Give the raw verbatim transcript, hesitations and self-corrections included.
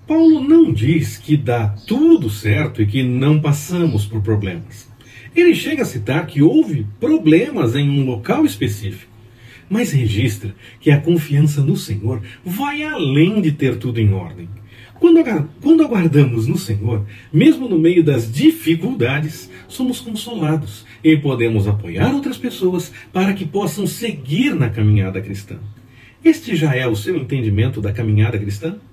Paulo não diz que dá tudo certo e que não passamos por problemas. Ele chega a citar que houve problemas em um local específico, mas registra que a confiança no Senhor vai além de ter tudo em ordem. Quando, quando aguardamos no Senhor, mesmo no meio das dificuldades, somos consolados e podemos apoiar outras pessoas para que possam seguir na caminhada cristã. Este já é o seu entendimento da caminhada cristã?